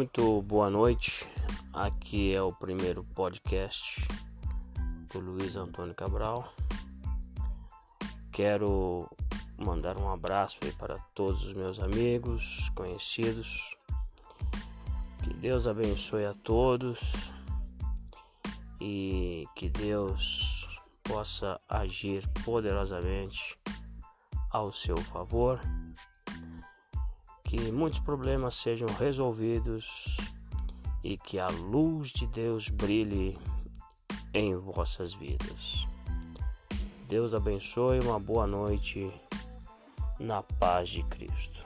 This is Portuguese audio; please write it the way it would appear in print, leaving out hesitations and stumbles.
Muito boa noite, aqui é o primeiro podcast do Luiz Antônio Cabral. Quero mandar um abraço aí para todos os meus amigos, conhecidos. Que Deus abençoe a todos e que Deus possa agir poderosamente ao seu favor. Que muitos problemas sejam resolvidos e que a luz de Deus brilhe em vossas vidas. Deus abençoe, uma boa noite na paz de Cristo.